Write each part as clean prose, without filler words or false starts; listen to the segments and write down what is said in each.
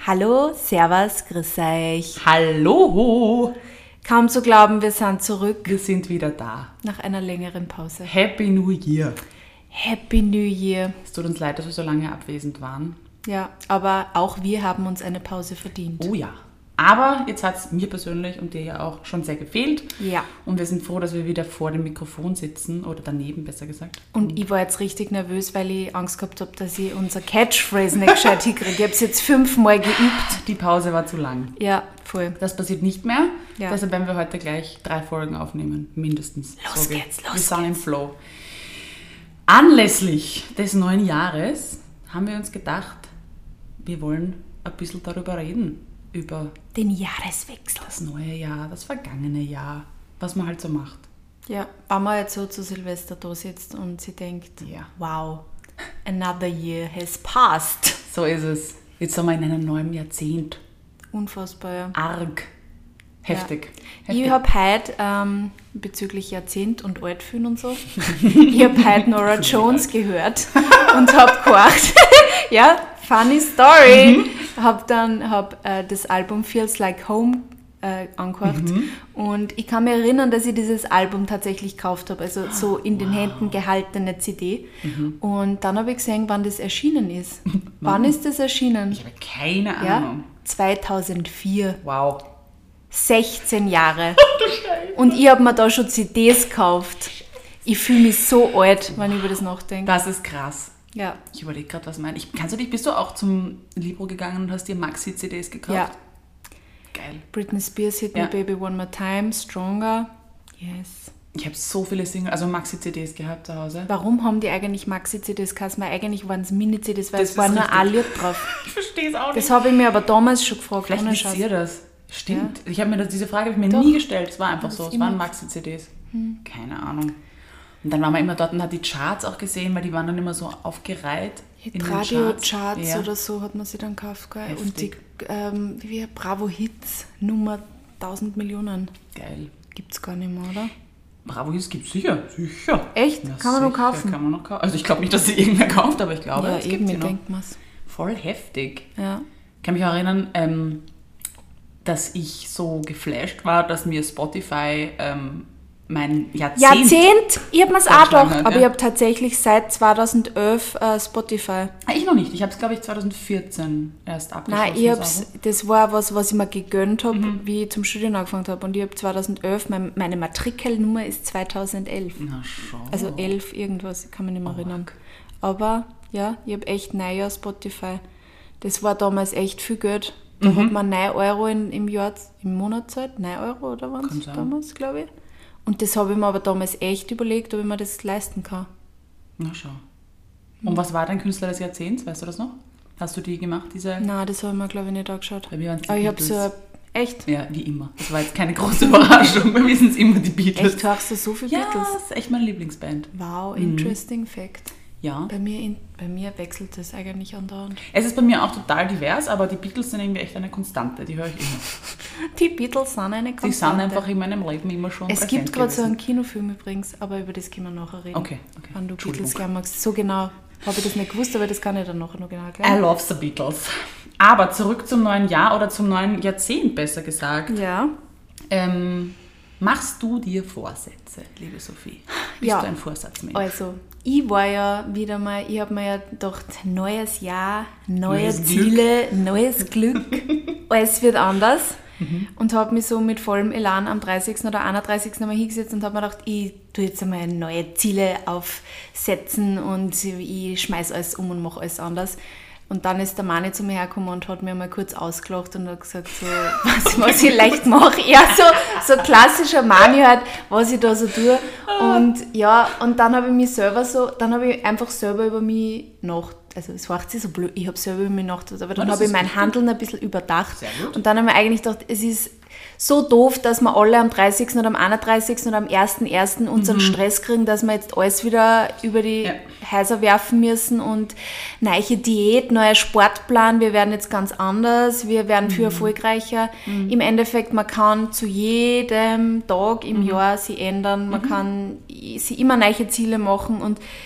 Hallo, servus, grüß euch. Hallo! Kaum zu glauben, wir sind zurück Wir sind wieder da. nach einer längeren Pause. Happy New Year! Happy New Year. Es tut uns leid, dass wir so lange abwesend waren. Ja, aber auch wir haben uns eine Pause verdient. Oh ja. Aber jetzt hat es mir persönlich und dir ja auch schon sehr gefehlt. Ja. Und wir sind froh, dass wir wieder vor dem Mikrofon sitzen. Oder daneben, besser gesagt. Und ich war jetzt richtig nervös, weil ich Angst gehabt habe, dass ich unser Catchphrase nicht gescheit hinkriege. Ich habe es jetzt 5-mal geübt. Die Pause war zu lang. Ja, voll. Das passiert nicht mehr. Ja. Deshalb werden wir heute gleich 3 Folgen aufnehmen. Mindestens. Los geht's. Wir sind im Flow. Anlässlich des neuen Jahres haben wir uns gedacht, wir wollen ein bisschen darüber reden. Über Den Jahreswechsel. das neue Jahr, das vergangene Jahr, was man halt so macht. Ja, wenn man jetzt so zu Silvester da sitzt und sie denkt, Ja. wow, another year has passed. So ist es. Jetzt sind wir in einem neuen Jahrzehnt. Unfassbar, ja. Arg. Heftig. Ich habe heute, bezüglich Jahrzehnt und Altfühlen und so, ich habe heute Nora Jones gehört und habe gedacht, ja, funny story. Hab das Album Feels Like Home angehört und ich kann mich erinnern, dass ich dieses Album tatsächlich gekauft habe, also so in den Händen gehaltene CD. Und dann habe ich gesehen, wann das erschienen ist. Wann ist das erschienen? Ich habe keine Ja, Ahnung. 2004. Wow. 16 Jahre. Und ich habe mir da schon CDs gekauft. Ich fühle mich so alt, wenn ich über das nachdenke. Das ist krass. Ja. Ich überlege gerade, was meine ich. Bist du auch zum Libro gegangen und hast dir Maxi-CDs gekauft? Ja. Geil. Britney Spears, Hit Ja. Me Baby One More Time, Stronger. Yes. Ich habe so viele Maxi-CDs gehabt zu Hause. Warum haben die eigentlich Maxi-CDs geheißen? Weil eigentlich waren es Mini-CDs, weil Das es war ist nur richtig. ein Lied drauf. Ich verstehe es auch Das habe ich mir aber damals schon gefragt. Vielleicht ohne wisst Scheiß. ihr das. Stimmt. Ich habe mir diese Frage habe ich mir Doch. nie gestellt. Es war einfach Das so. ist Es waren immer- Maxi-CDs. Keine Ahnung. Und dann waren wir immer dort und hat die Charts auch gesehen, weil die waren dann immer so aufgereiht. in den Radio-Charts Ja. oder so hat man sie dann gekauft. Gell? Und die Heftig. wie Bravo Hits Nummer 1000 Millionen. Geil. Gibt es gar nicht mehr, oder? Bravo Hits gibt es sicher. Sicher. Echt? Ja, Kann man noch sicher, kaufen? Kann man noch kaufen. Also ich glaube nicht, dass sie irgendwer kauft, aber ich glaube, Ja, es gibt sie irgendwie noch. denkt man es. Voll heftig. Ja. Ich kann mich auch erinnern, dass ich so geflasht war, dass mir Spotify mein Jahrzehnt? Ich habe mir es auch Vorgeschlagen gedacht, hat, aber ja. ich habe tatsächlich seit 2011 Spotify. Ich noch nicht. Ich habe es, glaube ich, 2014 erst abgeschlossen. Nein, das war was ich mir gegönnt habe, wie ich zum Studieren angefangen habe. Und ich habe 2011, meine Matrikelnummer ist 2011. Na schon. Also 11 irgendwas, ich kann mich nicht mehr erinnern. Aber ja, ich habe echt Neujahr Spotify. Das war damals echt viel Geld. Da hat man 9 Euro im Monat gezahlt. 9 Euro oder was Kann sein. damals, glaube ich. Und das habe ich mir aber damals echt überlegt, ob ich mir das leisten kann. Na schau. Und was war dein Künstler des Jahrzehnts? Weißt du das noch? Hast du die gemacht, diese? Nein, das habe ich mir, glaube ich, nicht angeschaut. Bei mir waren's die Aber ich habe Beatles. so... Echt? Ja, wie immer. Das war jetzt keine große Überraschung. Bei mir sind es immer die Beatles. Echt, hörst du so viel Ja, Beatles? das ist echt meine Lieblingsband. Wow, interesting fact. Ja. Bei mir wechselt das eigentlich andauernd. Es ist bei mir auch total divers, aber die Beatles sind irgendwie echt eine Konstante. Die höre ich immer. Die Beatles sind eine Die sind einfach in meinem Leben immer schon Es präsent gibt gerade so gewesen. einen Kinofilm übrigens, aber über das können wir nachher reden. Okay. Wenn du Entschuldigung. Beatles gerne magst. So genau habe ich das nicht gewusst, aber das kann ich dann nachher noch genau I erklären. love the Beatles. Aber zurück zum neuen Jahr oder zum neuen Jahrzehnt, besser gesagt. Ja. Machst du dir Vorsätze, liebe Sophie? Bist Ja. du ein Vorsatzmensch? Also, ich war ja wieder mal, ich habe mir ja gedacht, neues Jahr, neue Neues Ziele, neues Glück, alles wird anders. Und habe mich so mit vollem Elan am 30. oder 31. einmal hingesetzt und habe mir gedacht, ich tue jetzt einmal neue Ziele aufsetzen und ich schmeiß alles um und mache alles anders. Und dann ist der Mani zu mir hergekommen und hat mir mal kurz ausgelacht und hat gesagt, so, was ich leicht mache. Ja, so klassischer Mani halt, was ich da so tue. Und ja, und dann habe ich mich selber dann habe ich einfach selber über mich also es war sich so blöd, ich habe selber über mich nachgedacht, aber dann das habe ich ist mein richtig. Handeln ein bisschen überdacht. Sehr gut. Und dann habe ich eigentlich gedacht, es ist so doof, dass wir alle am 30. oder am 31. oder am 1.1. unseren Stress kriegen, dass wir jetzt alles wieder über die Häuser werfen müssen und neue Diät, neuer Sportplan, wir werden jetzt ganz anders, wir werden viel erfolgreicher. Im Endeffekt, man kann zu jedem Tag im Jahr sie ändern, man kann sie immer neue Ziele machen und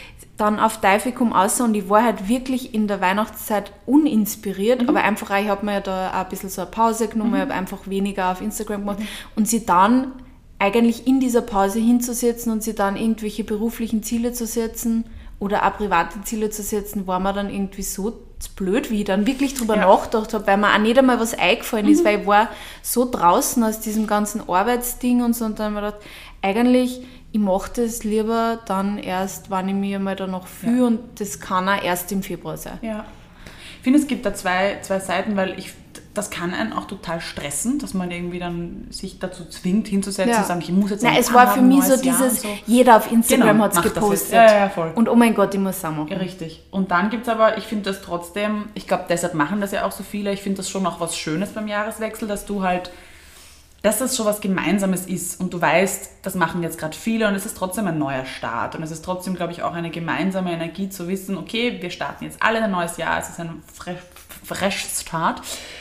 dann auf Teufel komm raus und ich war halt wirklich in der Weihnachtszeit uninspiriert, aber einfach auch, ich habe mir ja da auch ein bisschen so eine Pause genommen, ich habe einfach weniger auf Instagram gemacht und sie dann eigentlich in dieser Pause hinzusetzen und sie dann irgendwelche beruflichen Ziele zu setzen oder auch private Ziele zu setzen, war mir dann irgendwie so blöd, wie ich dann wirklich drüber nachgedacht habe, weil mir auch nicht einmal was eingefallen ist, weil ich war so draußen aus diesem ganzen Arbeitsding und so und dann habe ich gedacht, eigentlich, ich mache das lieber dann erst, wenn ich mich einmal danach fühle und das kann auch erst im Februar sein. Ja. Ich finde, es gibt da zwei Seiten, weil das kann einen auch total stressen, dass man irgendwie dann sich dazu zwingt, hinzusetzen und sagen, ich muss jetzt es war für mich so dieses, jeder auf Instagram hat es gepostet. Ja, voll. Und oh mein Gott, ich muss es auch machen. Ja, richtig. Und dann gibt es aber, ich finde das trotzdem, ich glaube, deshalb machen das ja auch so viele, ich finde das schon auch was Schönes beim Jahreswechsel, dass du halt, dass das schon was Gemeinsames ist und du weißt, das machen jetzt gerade viele und es ist trotzdem ein neuer Start und es ist trotzdem, glaube ich, auch eine gemeinsame Energie zu wissen, okay, wir starten jetzt alle ein neues Jahr, es ist ein fresh Start.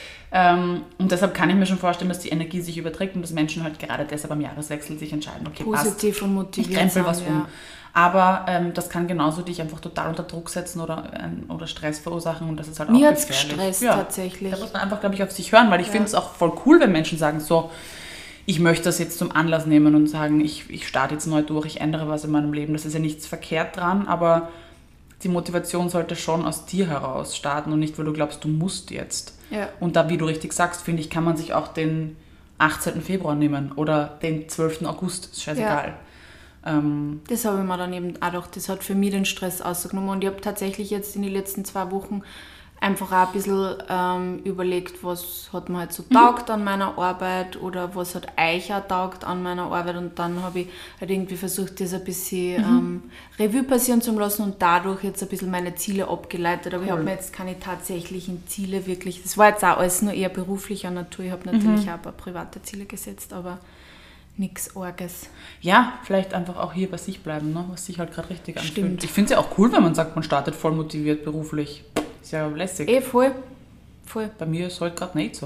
Und deshalb kann ich mir schon vorstellen, dass die Energie sich überträgt und dass Menschen halt gerade deshalb am Jahreswechsel sich entscheiden, okay, positiv passt, und motiviert ich krempel was um. Aber das kann genauso dich einfach total unter Druck setzen oder Stress verursachen und das ist halt mir auch gefährlich. Mir hat es gestresst tatsächlich. Da muss man einfach, glaube ich, auf sich hören, weil ich finde es auch voll cool, wenn Menschen sagen, so, ich möchte das jetzt zum Anlass nehmen und sagen, ich starte jetzt neu durch, ich ändere was in meinem Leben. Das ist ja nichts verkehrt dran, aber die Motivation sollte schon aus dir heraus starten und nicht, weil du glaubst, du musst jetzt. Ja. Und da, wie du richtig sagst, finde ich, kann man sich auch den 18. Februar nehmen oder den 12. August, ist scheißegal. Das habe ich mir dann eben auch gedacht, das hat für mich den Stress ausgenommen und ich habe tatsächlich jetzt in den letzten 2 Wochen einfach auch ein bisschen überlegt, was hat mir halt so taugt an meiner Arbeit oder was hat euch auch taugt an meiner Arbeit und dann habe ich halt irgendwie versucht, das ein bisschen Revue passieren zu lassen und dadurch jetzt ein bisschen meine Ziele abgeleitet, aber ich habe mir jetzt keine tatsächlichen Ziele wirklich, das war jetzt auch alles nur eher beruflicher Natur, ich habe natürlich auch ein paar private Ziele gesetzt, aber nichts Arges. Ja, vielleicht einfach auch hier bei sich bleiben, ne? Was sich halt gerade richtig anfühlt. Stimmt. Ich finde es ja auch cool, wenn man sagt, man startet voll motiviert beruflich. Ist ja lässig. Voll. Bei mir ist es halt gerade nicht so.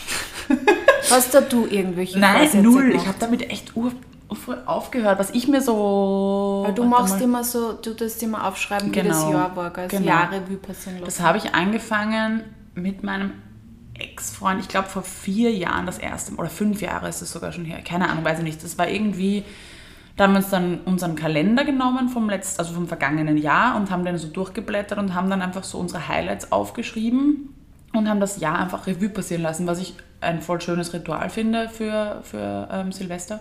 Hast du irgendwelche Nein, Vorsätze null. gemacht? Ich habe damit echt voll aufgehört. Was ich mir so... Weil du machst immer so, du tust immer aufschreiben, wie das Jahr war, also Jahre passieren lassen. Das habe ich angefangen mit meinem Ex-Freund, ich glaube vor 4 Jahren das erste Mal, oder 5 Jahre ist es sogar schon her, keine Ahnung, weiß ich nicht. Das war irgendwie... Da haben wir uns dann unseren Kalender genommen vom vergangenen Jahr und haben den so durchgeblättert und haben dann einfach so unsere Highlights aufgeschrieben und haben das Jahr einfach Revue passieren lassen, was ich ein voll schönes Ritual finde für Silvester.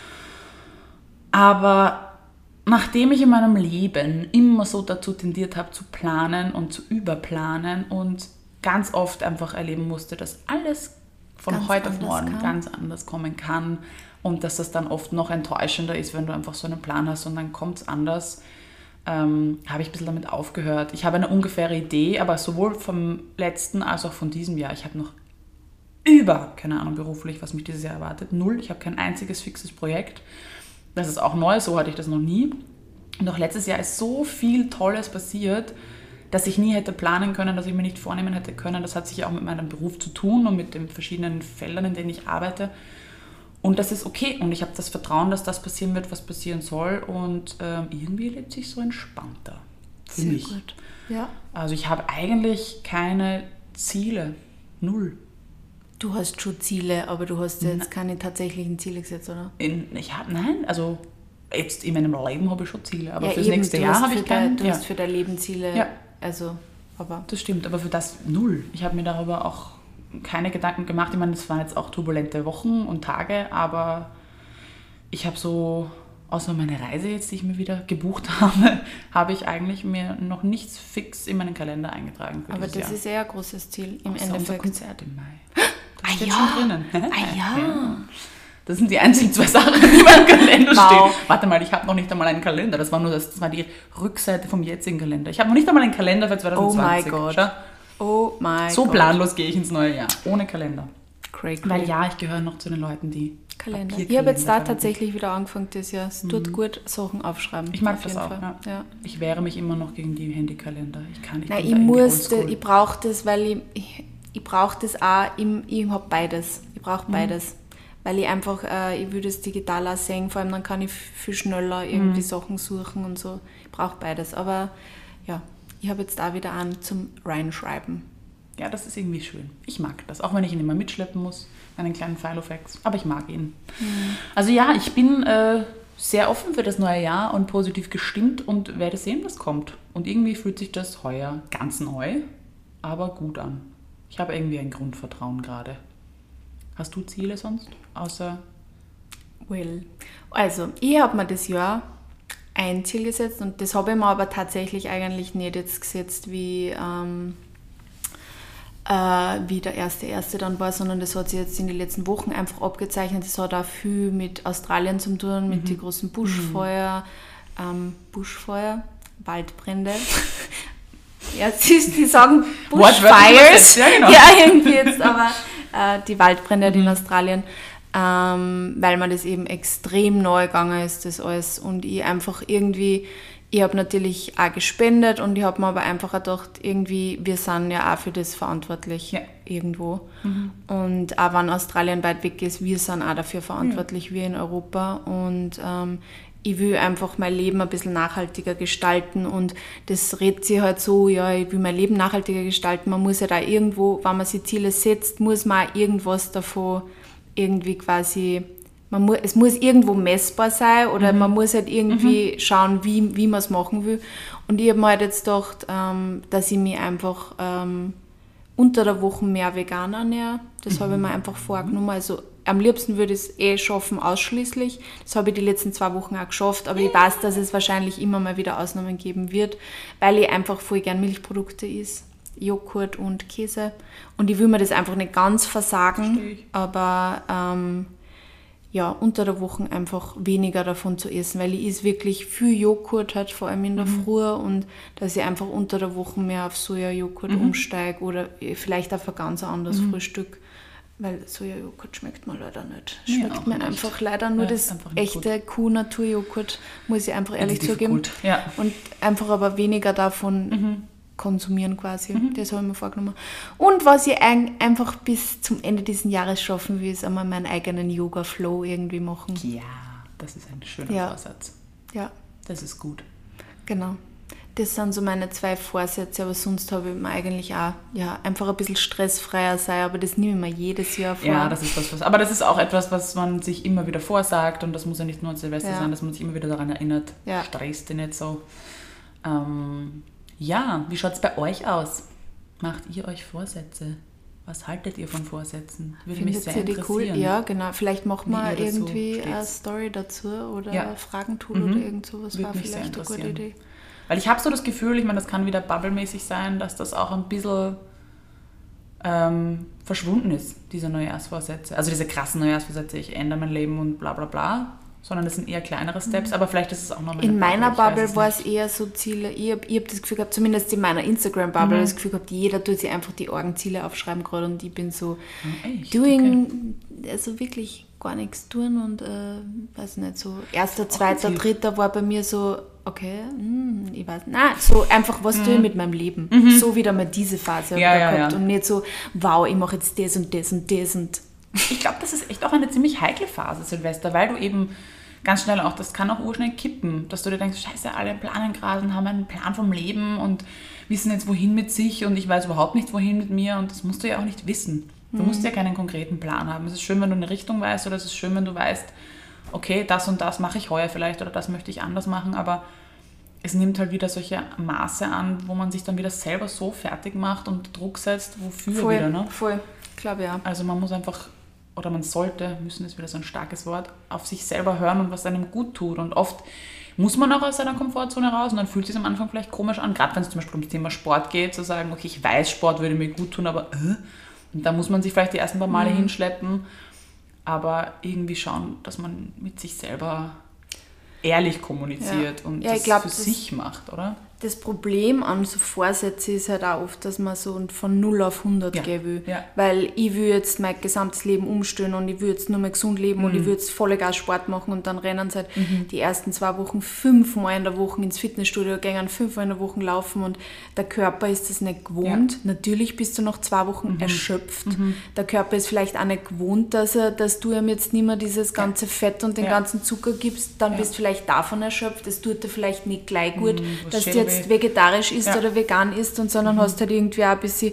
Aber nachdem ich in meinem Leben immer so dazu tendiert habe, zu planen und zu überplanen und ganz oft einfach erleben musste, dass alles von heute auf morgen ganz anders kommen kann, und dass das dann oft noch enttäuschender ist, wenn du einfach so einen Plan hast und dann kommt es anders, habe ich ein bisschen damit aufgehört. Ich habe eine ungefähre Idee, aber sowohl vom letzten als auch von diesem Jahr. Ich habe noch keine Ahnung beruflich, was mich dieses Jahr erwartet. 0. Ich habe kein einziges fixes Projekt. Das ist auch neu, so hatte ich das noch nie. Und auch letztes Jahr ist so viel Tolles passiert, dass ich nie hätte planen können, dass ich mir nicht vornehmen hätte können. Das hat sich ja auch mit meinem Beruf zu tun und mit den verschiedenen Feldern, in denen ich arbeite. Und das ist okay und ich habe das Vertrauen, dass das passieren wird, was passieren soll und irgendwie lebt sich so entspannter für mich. Sehr gut. Ja. Also ich habe eigentlich keine Ziele, 0. Du hast schon Ziele, aber du hast jetzt keine tatsächlichen Ziele gesetzt, oder? Nein, also jetzt in meinem Leben habe ich schon Ziele, aber fürs nächste Jahr habe ich keine. Du hast für dein Leben Ziele, ja. Also, aber... Das stimmt, aber für das 0. Ich habe mir darüber auch keine Gedanken gemacht. Ich meine, das waren jetzt auch turbulente Wochen und Tage, aber ich habe so, außer meine Reise jetzt, die ich mir wieder gebucht habe ich eigentlich mir noch nichts fix in meinen Kalender eingetragen. Aber das ist eher ein großes Ziel im Endeffekt. Unser Konzert im Mai. Das steht schon drinnen. Ja. Das sind die einzigen 2 Sachen, die in meinem Kalender stehen. Warte mal, ich habe noch nicht einmal einen Kalender. Das war die Rückseite vom jetzigen Kalender. Ich habe noch nicht einmal einen Kalender für 2020. Oh mein Gott. Schau. Oh mein Gott. So planlos gehe ich ins neue Jahr, ohne Kalender. Crazy. Weil ja, ich gehöre noch zu den Leuten, die Kalender. Ich habe jetzt da tatsächlich wieder angefangen das Jahr. Es tut gut, Sachen aufschreiben. Ich mag das auch. Ja. Ich wehre mich immer noch gegen die Handykalender. Ich brauche das, weil ich brauche das auch. Ich habe beides. Ich brauche beides. weil ich einfach, ich will das digital auch sehen, vor allem dann kann ich viel schneller irgendwie Sachen suchen und so. Ich brauche beides, aber ja, ich habe jetzt da wieder an zum Reinschreiben. Ja, das ist irgendwie schön. Ich mag das, auch wenn ich ihn immer mitschleppen muss, meinen kleinen Filofax, aber ich mag ihn. Also ja, ich bin sehr offen für das neue Jahr und positiv gestimmt und werde sehen, was kommt. Und irgendwie fühlt sich das heuer ganz neu, aber gut an. Ich habe irgendwie ein Grundvertrauen gerade. Hast du Ziele sonst, außer... Also, ich habe mir das Jahr ein Ziel gesetzt und das habe ich mir aber tatsächlich eigentlich nicht jetzt gesetzt, wie der erste dann war, sondern das hat sich jetzt in den letzten Wochen einfach abgezeichnet. Das hat auch viel mit Australien zu tun, mit den großen Buschfeuer, Waldbrände. Ja, die sagen Bushfires. Ja, genau. Ja, irgendwie jetzt, aber die Waldbrände in Australien, weil mir das eben extrem neu gegangen ist, das alles. Und ich einfach irgendwie, ich habe natürlich auch gespendet und ich habe mir aber einfach gedacht, irgendwie, wir sind ja auch für das verantwortlich irgendwo. Und auch wenn Australien weit weg ist, wir sind auch dafür verantwortlich, wir in Europa. Und ich will einfach mein Leben ein bisschen nachhaltiger gestalten und das redet sich halt so, ja, ich will mein Leben nachhaltiger gestalten. Man muss ja da irgendwo, wenn man sich Ziele setzt, muss man auch irgendwas davon irgendwie quasi, es muss irgendwo messbar sein oder man muss halt irgendwie schauen, wie man es machen will. Und ich habe mir halt jetzt gedacht, dass ich mich einfach unter der Woche mehr vegan ernähre. Das habe ich mir einfach vorgenommen. Also am liebsten würde ich es schaffen, ausschließlich. Das habe ich die letzten 2 Wochen auch geschafft, aber ich weiß, dass es wahrscheinlich immer mal wieder Ausnahmen geben wird, weil ich einfach voll gern Milchprodukte esse, Joghurt und Käse. Und ich will mir das einfach nicht ganz versagen, aber unter der Woche einfach weniger davon zu essen, weil ich esse wirklich viel Joghurt, halt, vor allem in der Früh, und dass ich einfach unter der Woche mehr auf Sojajoghurt umsteige oder vielleicht auf ein ganz anderes Frühstück. Weil Sojajoghurt schmeckt mir leider nicht. Schmeckt mir einfach leider nur das echte Kuh-Naturjoghurt, muss ich einfach ehrlich zugeben. Ja. Und einfach aber weniger davon konsumieren quasi. Das habe ich mir vorgenommen. Und was ich einfach bis zum Ende dieses Jahres schaffen will, ist einmal meinen eigenen Yoga-Flow irgendwie machen. Ja, das ist ein schöner Vorsatz. Ja. Das ist gut. Genau. Das sind so meine 2 Vorsätze, aber sonst habe ich mir eigentlich auch einfach ein bisschen stressfreier sein, aber das nehme ich mir jedes Jahr vor. Ja, das ist was. Aber das ist auch etwas, was man sich immer wieder vorsagt und das muss ja nicht nur an Silvester sein, dass man sich immer wieder daran erinnert. Ja. Stress dich nicht so. Wie schaut es bei euch aus? Macht ihr euch Vorsätze? Was haltet ihr von Vorsätzen? Würde mich sehr interessieren. Cool? Ja, genau. Vielleicht macht man irgendwie eine Story dazu oder Fragentool oder irgend sowas. War vielleicht eine gute Idee. Weil ich habe so das Gefühl, ich meine, das kann wieder bubblemäßig sein, dass das auch ein bisschen verschwunden ist, diese Neujahrsvorsätze. Also diese krassen Neujahrsvorsätze, ich ändere mein Leben und bla bla bla, sondern das sind eher kleinere Steps, aber vielleicht ist es auch noch in meiner Bubble war es eher so Ziele, ich hab das Gefühl gehabt, zumindest in meiner Instagram-Bubble, das Gefühl gehabt, jeder tut sich einfach die Orgenziele aufschreiben gerade und ich bin so also wirklich gar nichts tun und weiß nicht, so 1., 2., 3. war bei mir so, okay, ich weiß nicht, so einfach, was tue ich mit meinem Leben? So wieder mal diese Phase gehabt und nicht so, wow, ich mache jetzt das und das und das und... Ich glaube, das ist echt auch eine ziemlich heikle Phase, Silvester, weil du eben ganz schnell auch, das kann auch urschnell kippen, dass du dir denkst, scheiße, alle planen gerade und haben einen Plan vom Leben und wissen jetzt wohin mit sich und ich weiß überhaupt nicht wohin mit mir und das musst du ja auch nicht wissen. Du musst ja keinen konkreten Plan haben. Es ist schön, wenn du eine Richtung weißt oder es ist schön, wenn du weißt, okay, das und das mache ich heuer vielleicht oder das möchte ich anders machen, aber es nimmt halt wieder solche Maße an, wo man sich dann wieder selber so fertig macht und Druck setzt, wofür wieder, ne? Voll, glaube ja. Also man muss einfach, oder man sollte, müssen ist wieder so ein starkes Wort, auf sich selber hören und was einem gut tut. Und oft muss man auch aus seiner Komfortzone raus und dann fühlt es sich am Anfang vielleicht komisch an, gerade wenn es zum Beispiel ums Thema Sport geht, zu sagen, okay, ich weiß, Sport würde mir gut tun, aber und da muss man sich vielleicht die ersten paar Male hinschleppen, aber irgendwie schauen, dass man mit sich selber ehrlich kommuniziert und das für sich macht, oder? das Problem an so Vorsätzen ist halt auch oft, dass man so von 0 auf 100 gehen will. Ja. Weil ich will jetzt mein gesamtes Leben umstellen und ich will jetzt nur mehr gesund leben und ich will jetzt volle Gas Sport machen und dann rennen sie halt die ersten 2 Wochen 5-mal in der Woche ins Fitnessstudio, gehen 5-mal in der Woche laufen und der Körper ist das nicht gewohnt. Ja. Natürlich bist du nach 2 Wochen erschöpft. Der Körper ist vielleicht auch nicht gewohnt, dass du ihm jetzt nicht mehr dieses ganze Fett und den ganzen Zucker gibst. Dann bist du vielleicht davon erschöpft. Es tut dir vielleicht nicht gleich gut, dass du jetzt vegetarisch isst oder vegan isst, und sondern hast halt irgendwie auch ein bisschen,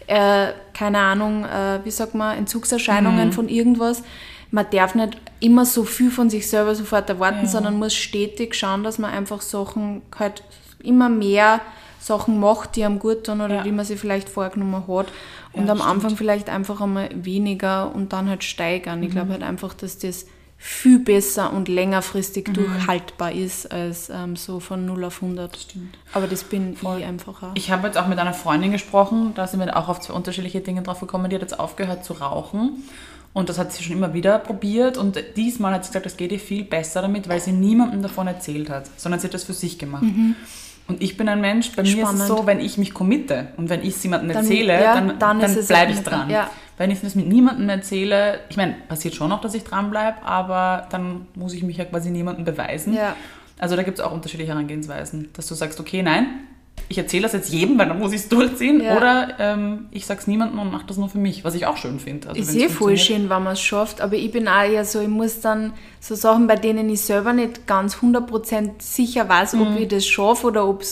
keine Ahnung, wie sagt man, Entzugserscheinungen von irgendwas. Man darf nicht immer so viel von sich selber sofort erwarten, sondern muss stetig schauen, dass man einfach Sachen halt immer mehr Sachen macht, die einem gut tun oder die man sich vielleicht vorgenommen hat. Und am Anfang vielleicht einfach einmal weniger und dann halt steigern. Ich glaube halt einfach, dass das viel besser und längerfristig durchhaltbar ist als so von 0 auf 100. Stimmt. Aber das bin ich einfach auch. Ich habe jetzt auch mit einer Freundin gesprochen, da sind wir auch auf 2 unterschiedliche Dinge drauf gekommen. Die hat jetzt aufgehört zu rauchen und das hat sie schon immer wieder probiert und diesmal hat sie gesagt, es geht ihr viel besser damit, weil sie niemandem davon erzählt hat, sondern sie hat das für sich gemacht. Und ich bin ein Mensch, bei mir ist es so, wenn ich mich committe und wenn ich es jemandem erzähle, dann bleibe ich dran. Ja. Wenn ich das mit niemandem erzähle, ich meine, passiert schon noch, dass ich dranbleibe, aber dann muss ich mich ja quasi niemandem beweisen. Ja. Also da gibt es auch unterschiedliche Herangehensweisen, dass du sagst, okay, nein, ich erzähle das jetzt jedem, weil dann muss ich es durchziehen, oder ich sage es niemandem und mache das nur für mich, was ich auch schön finde. Also, ist voll schön, wenn man es schafft, aber ich bin auch eher so, ich muss dann so Sachen, bei denen ich selber nicht ganz 100% sicher weiß, ob ich das schaffe oder ob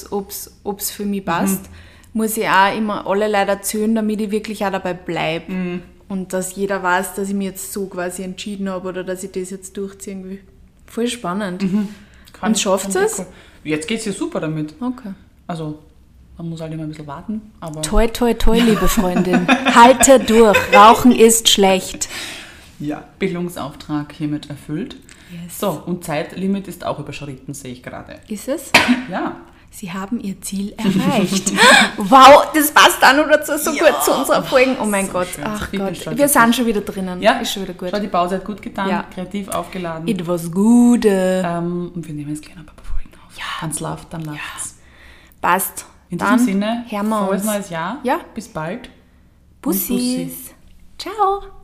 es für mich passt, muss ich auch immer alle Leute erzählen, damit ich wirklich auch dabei bleibe. Und dass jeder weiß, dass ich mich jetzt so quasi entschieden habe oder dass ich das jetzt durchziehen will. Voll spannend. Und schafft es? Cool. Jetzt geht es ja super damit. Okay. Also, man muss halt immer ein bisschen warten. Aber toi, toi, toi, liebe Freundin. Halte durch. Rauchen ist schlecht. Ja, Bildungsauftrag hiermit erfüllt. Yes. So, und Zeitlimit ist auch überschritten, sehe ich gerade. Ist es? Ja. Sie haben ihr Ziel erreicht. Wow, das passt auch noch dazu, so gut zu unserer Folge. Oh mein Gott, ach Gott. Wir sind schon wieder drinnen. Ja, ist schon wieder gut. Schau, die Pause hat gut getan, kreativ aufgeladen. It was good. Und wir nehmen jetzt gleich noch ein paar Folgen auf. Ja. Wenn's läuft, dann läuft's. Passt. In diesem Sinne, frohes neues Jahr. Ja. Bis bald. Bussis. Ciao.